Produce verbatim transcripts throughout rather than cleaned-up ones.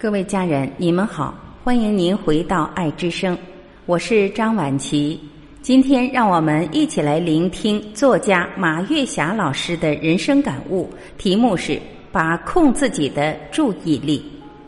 各位家人，你们好，欢迎您回到爱之声，我是张婉琪。今天让我们一起来聆听作家马月霞老师的人生感悟，题目是把控自己的注意力。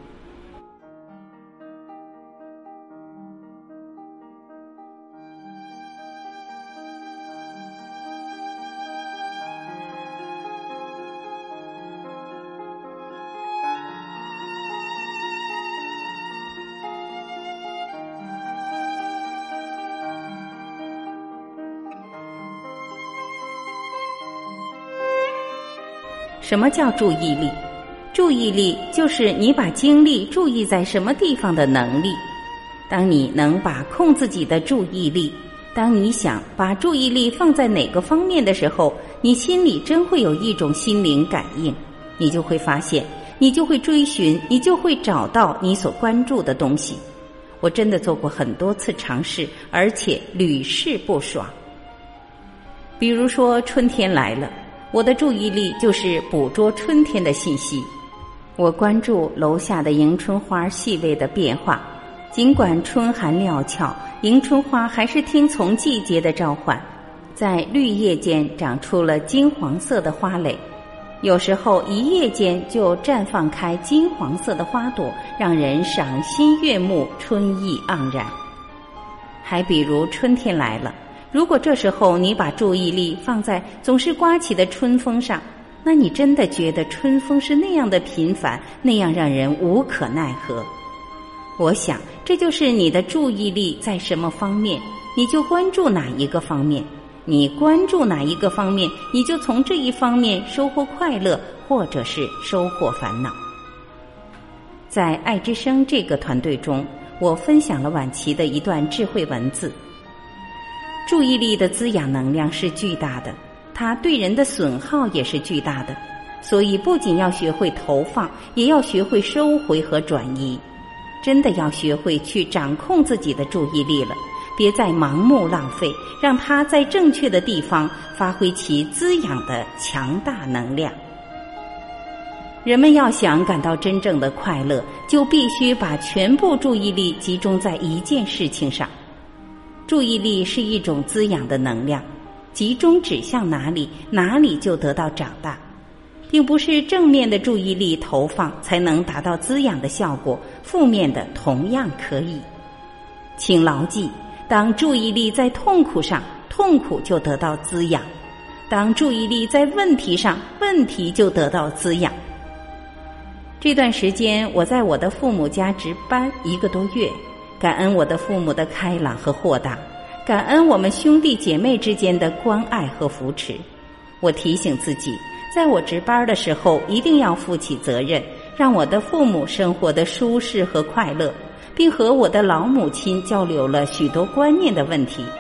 什么叫注意力？注意力就是你把精力注意在什么地方的能力。当你能把控自己的注意力，当你想把注意力放在哪个方面的时候，你心里真会有一种心灵感应，你就会发现，你就会追寻，你就会找到你所关注的东西。我真的做过很多次尝试，而且屡试不爽。比如说春天来了，我的注意力就是捕捉春天的信息，我关注楼下的迎春花细微的变化，尽管春寒料峭，迎春花还是听从季节的召唤，在绿叶间长出了金黄色的花蕾，有时候一夜间就绽放开金黄色的花朵，让人赏心悦目，春意盎然。还比如春天来了，如果这时候你把注意力放在总是刮起的春风上，那你真的觉得春风是那样的频繁，那样让人无可奈何。我想这就是你的注意力在什么方面，你就关注哪一个方面，你关注哪一个方面，你就从这一方面收获快乐，或者是收获烦恼。在爱之声这个团队中，我分享了晚期的一段智慧文字。注意力的滋养能量是巨大的，它对人的损耗也是巨大的，所以不仅要学会投放，也要学会收回和转移。真的要学会去掌控自己的注意力了，别再盲目浪费，让它在正确的地方发挥其滋养的强大能量。人们要想感到真正的快乐，就必须把全部注意力集中在一件事情上。注意力是一种滋养的能量，集中指向哪里，哪里就得到长大，并不是正面的注意力投放才能达到滋养的效果，负面的同样可以。请牢记，当注意力在痛苦上，痛苦就得到滋养；当注意力在问题上，问题就得到滋养。这段时间我在我的父母家值班一个多月，感恩我的父母的开朗和豁达，感恩我们兄弟姐妹之间的关爱和扶持。我提醒自己，在我值班的时候一定要负起责任，让我的父母生活的舒适和快乐，并和我的老母亲交流了许多观念的问题。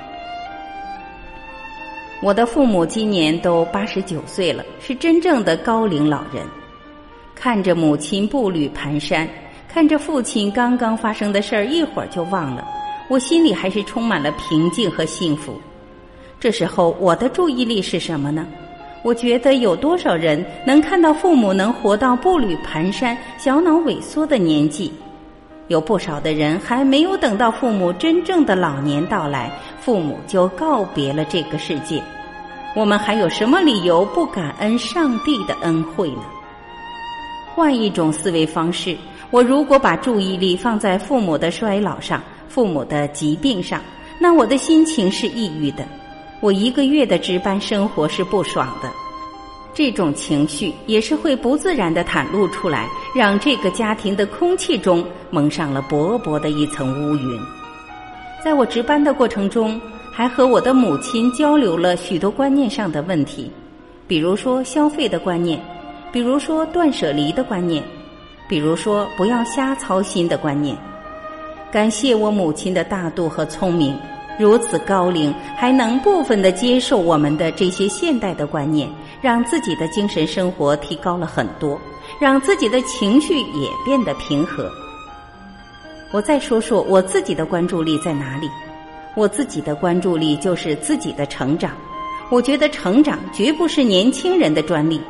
我的父母今年都八十九岁了，是真正的高龄老人。看着母亲步履蹒跚，看着父亲刚刚发生的事儿一会儿就忘了，我心里还是充满了平静和幸福。这时候我的注意力是什么呢？我觉得有多少人能看到父母能活到步履蹒跚、小脑萎缩的年纪？有不少的人还没有等到父母真正的老年到来，父母就告别了这个世界。我们还有什么理由不感恩上帝的恩惠呢？换一种思维方式，我如果把注意力放在父母的衰老上，父母的疾病上，那我的心情是抑郁的，我一个月的值班生活是不爽的。这种情绪也是会不自然地袒露出来，让这个家庭的空气中蒙上了薄薄的一层乌云。在我值班的过程中，还和我的母亲交流了许多观念上的问题，比如说消费的观念，比如说断舍离的观念，比如说不要瞎操心的观念。感谢我母亲的大度和聪明，如此高龄还能部分地接受我们的这些现代的观念，让自己的精神生活提高了很多，让自己的情绪也变得平和。我再说说我自己的关注力在哪里。我自己的关注力就是自己的成长。我觉得成长绝不是年轻人的专利，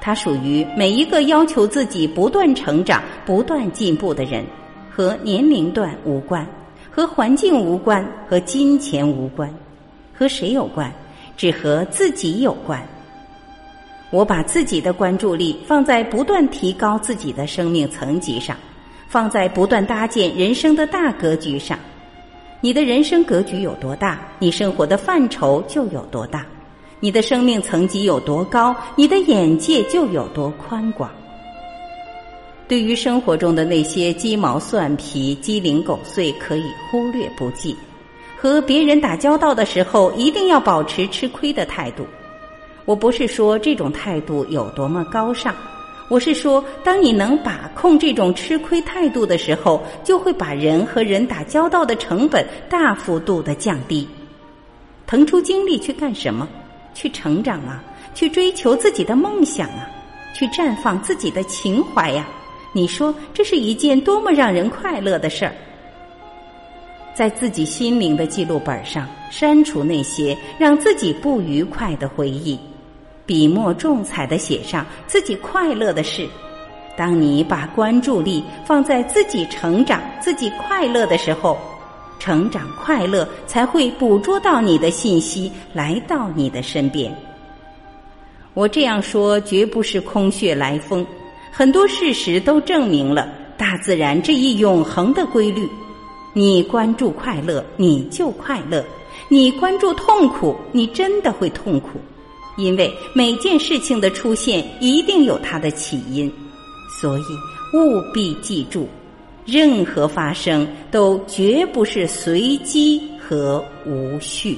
它属于每一个要求自己不断成长、不断进步的人，和年龄段无关，和环境无关，和金钱无关，和谁有关？只和自己有关。我把自己的关注力放在不断提高自己的生命层级上，放在不断搭建人生的大格局上。你的人生格局有多大，你生活的范畴就有多大；你的生命层级有多高，你的眼界就有多宽广。对于生活中的那些鸡毛蒜皮、鸡零狗碎，可以忽略不计。和别人打交道的时候，一定要保持吃亏的态度。我不是说这种态度有多么高尚，我是说，当你能把控这种吃亏态度的时候，就会把人和人打交道的成本大幅度的降低。腾出精力去干什么？去成长啊，去追求自己的梦想啊，去绽放自己的情怀呀、啊。你说这是一件多么让人快乐的事儿。在自己心灵的记录本上删除那些让自己不愉快的回忆，笔墨重彩地写上自己快乐的事。当你把关注力放在自己成长、自己快乐的时候，成长快乐才会捕捉到你的信息，来到你的身边。我这样说绝不是空穴来风，很多事实都证明了大自然这一永恒的规律。你关注快乐，你就快乐；你关注痛苦，你真的会痛苦。因为每件事情的出现一定有它的起因，所以务必记住，任何发生都绝不是随机和无序。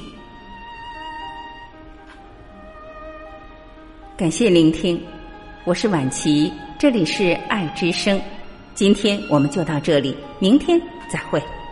感谢聆听，我是婉琪，这里是爱之声。今天我们就到这里，明天再会。